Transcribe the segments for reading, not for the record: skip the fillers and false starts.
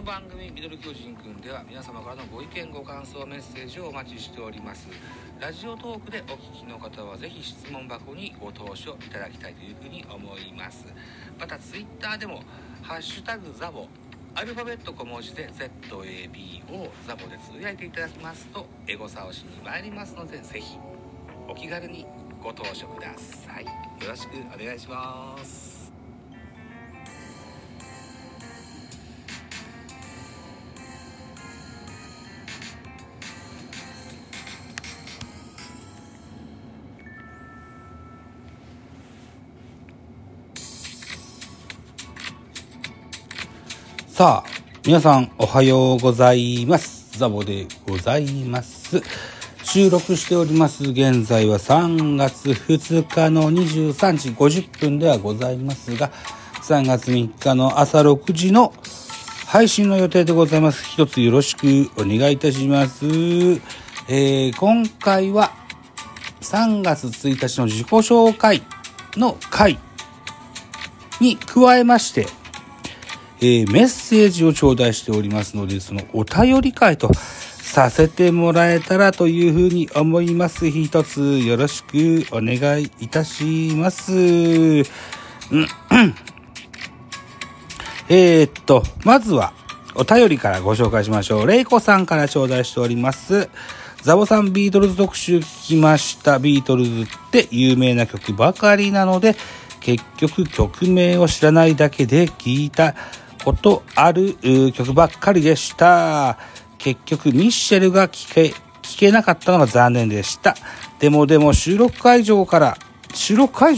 の番組ミドル巨人くんでは皆様からのご意見ご感想メッセージをお待ちしております。ラジオトークでお聞きの方はぜひ質問箱にご投書いただきたいというふうに思います。またツイッターでもハッシュタグザボアルファベット小文字で ZAB をザボでつぶやいていただきますとエゴサをしに参りますので、ぜひお気軽にご投書ください。よろしくお願いします。 さあ、皆さんおはようございます。ザボでございます。収録しております。現在は3月2日の23時50分ではございますが、3月3日の朝6時の配信の予定でございます。一つよろしくお願いいたします。今回は3月1日の自己紹介の回に加えまして、メッセージを頂戴しておりますので、そのお便り会とさせてもらえたらというふうに思います。一つよろしくお願いいたします。まずはお便りからご紹介しましょう。レイコさんから頂戴しております。ザボさんビートルズ特集聞きました。ビートルズって有名な曲ばかりなので、結局曲名を知らないだけで聞いたことある曲ばっかりでした。結局ミッシェルが聞けなかったのが残念でした。でも収録会場から収録会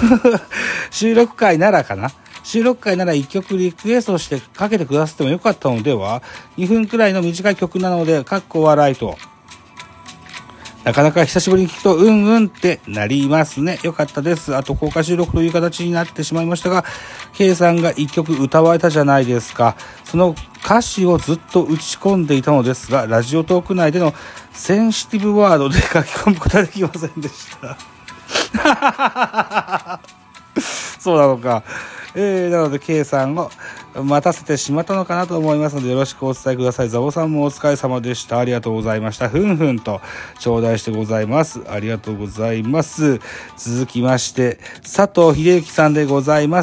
なら1曲リクエストしてかけてくださってもよかったのでは。2分くらいの短い曲なのでかっこ笑いと、なかなか久しぶりに聞くとうんってなりますね。よかったです。あと公開収録という形になってしまいましたが、K さんが一曲歌われたじゃないですか。その歌詞をずっと打ち込んでいたのですが、ラジオトーク内でのセンシティブワードで書き込むことはできませんでした。そうなのか。なので K さんを待たせてしまったのかなと思いますので、よろしくお伝えください。ザボさんもお疲れ様でした。ありがとうございました。ふんふんと頂戴してございます。ありがとうございます。続きまして佐藤秀幸さんでございます。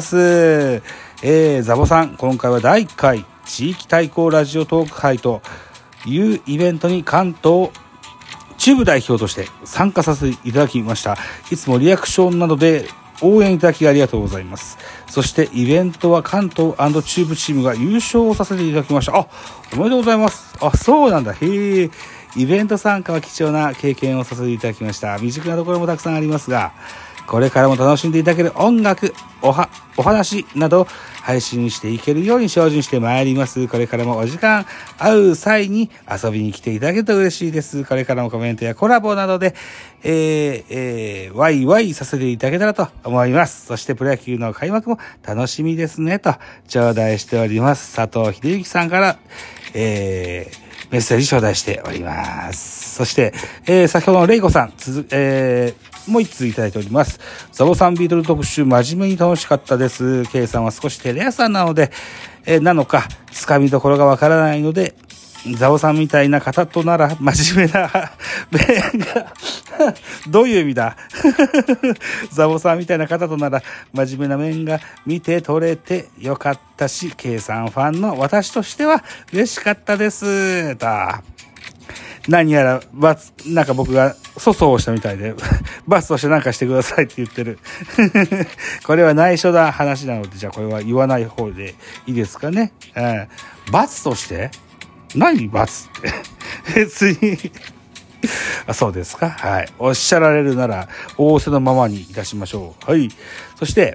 ザボさん、今回は第1回地域対抗ラジオトーク杯というイベントに関東中部代表として参加させていただきました。いつもリアクションなどで応援いただきありがとうございます。そしてイベントは関東&中部チームが優勝をさせていただきました。おめでとうございます。そうなんだ。イベント参加は貴重な経験をさせていただきました。未熟なところもたくさんありますが、これからも楽しんでいただける音楽、お話など配信していけるように精進してまいります。これからもお時間合う際に遊びに来ていただけると嬉しいです。これからもコメントやコラボなどで、ワイワイさせていただけたらと思います。そしてプロ野球の開幕も楽しみですねと頂戴しております。佐藤秀幸さんから、メッセージ頂戴しております。そして、先ほどのレイコさん、もう一通いただいております。ザボさんビートル特集真面目に楽しかったです。K さんは少しテレ朝なので、なのか、つかみどころがわからないので、ザボさんみたいな方となら真面目な面がどういう意味だザボさんみたいな方となら真面目な面が見て取れてよかったし、K さんファンの私としては嬉しかったですと。何やらなんか僕が粗相をしたみたいで罰として何かしてくださいって言ってるこれは内緒な話なので、じゃあこれは言わない方でいいですかね。罰として何罰って別にそうですか。はい。おっしゃられるなら仰せのままにいたしましょう。はい。そして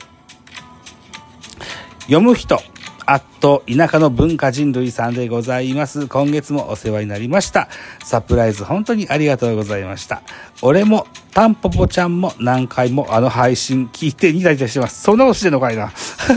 読む人田舎の文化人類さんでございます。今月もお世話になりました。サプライズ本当にありがとうございました。俺もタンポポちゃんも何回も配信聞いてニタニタしてます。そんなことしてんのかいな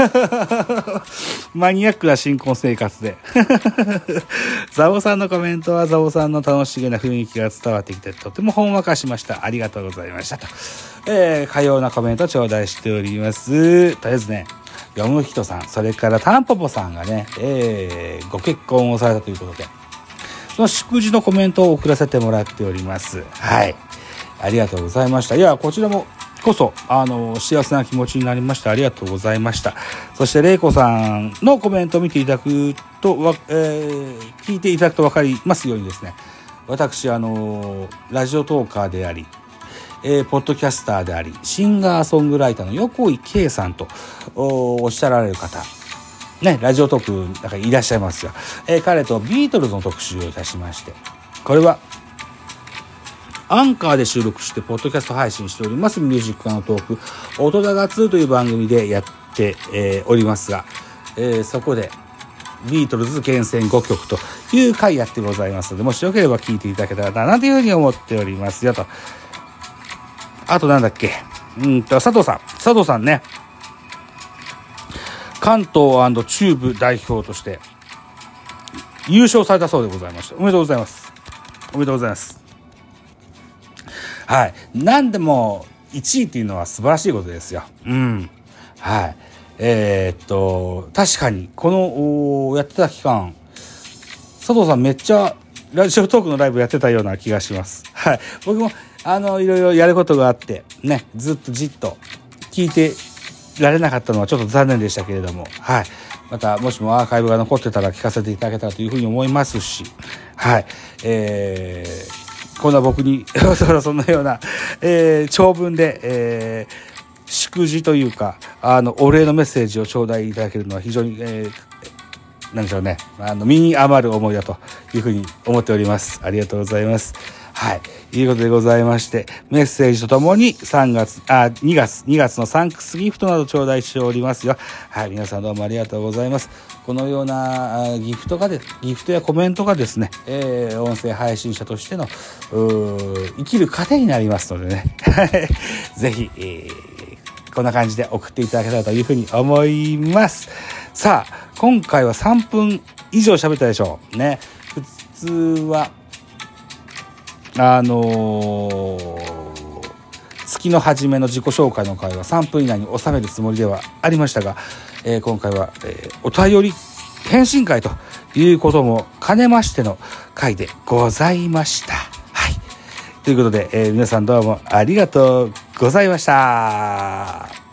マニアックな新婚生活でザボさんのコメントはザボさんの楽しげな雰囲気が伝わってきてとてもほんわかしました。ありがとうございましたと、かようなコメント頂戴しております。とりあえずね、 よむひとさん、それからたんぽぽさんがね、ご結婚をされたということで、その祝辞のコメントを送らせてもらっております。はい。ありがとうございました。いや、こちらもこそ、幸せな気持ちになりました。ありがとうございました。そして、れいこさんのコメントを見ていただくと、聞いていただくと分かりますようにですね、私、ラジオトーカーであり、ポッドキャスターであり、シンガーソングライターの横井圭さんとおっしゃられる方、ね、ラジオトークなんかいらっしゃいますが、彼とビートルズの特集をいたしまして、これは、アンカーで収録してポッドキャスト配信しておりますミュージックトーク音だが2という番組でやって、おりますが、そこでビートルズ厳選5曲という回やってございますので、もしよければ聞いていただけたらなというふうに思っておりますよと。あとなんだっけ、佐藤さんね、関東&中部代表として優勝されたそうでございました。おめでとうございます。おめでとうございます。はい。なんでも1位っていうのは素晴らしいことですよ。はい。確かにこのやってた期間、佐藤さんめっちゃラジオトークのライブやってたような気がします。はい。僕もいろいろやることがあってね、ずっとじっと聞いてられなかったのはちょっと残念でしたけれども、はい。またもしもアーカイブが残ってたら聞かせていただけたらというふうに思いますし、はい。こんな僕にそのような、長文で、祝辞というかお礼のメッセージを頂戴いただけるのは非常に、なんでしょうね、身に余る思いだというふうに思っております。ありがとうございます。はい、いうことでございまして、メッセージとともに2月のサンクスギフトなど頂戴しておりますよ。はい、皆さんどうもありがとうございます。このようなギフトやコメントがですね、音声配信者としての生きる糧になりますのでねぜひ、こんな感じで送っていただけたらというふうに思います。さあ、今回は3分以上喋ったでしょうね。普通は月の初めの自己紹介の回は3分以内に収めるつもりではありましたが、今回は、お便り返信会ということも兼ねましての回でございました。はい。ということで、皆さんどうもありがとうございました。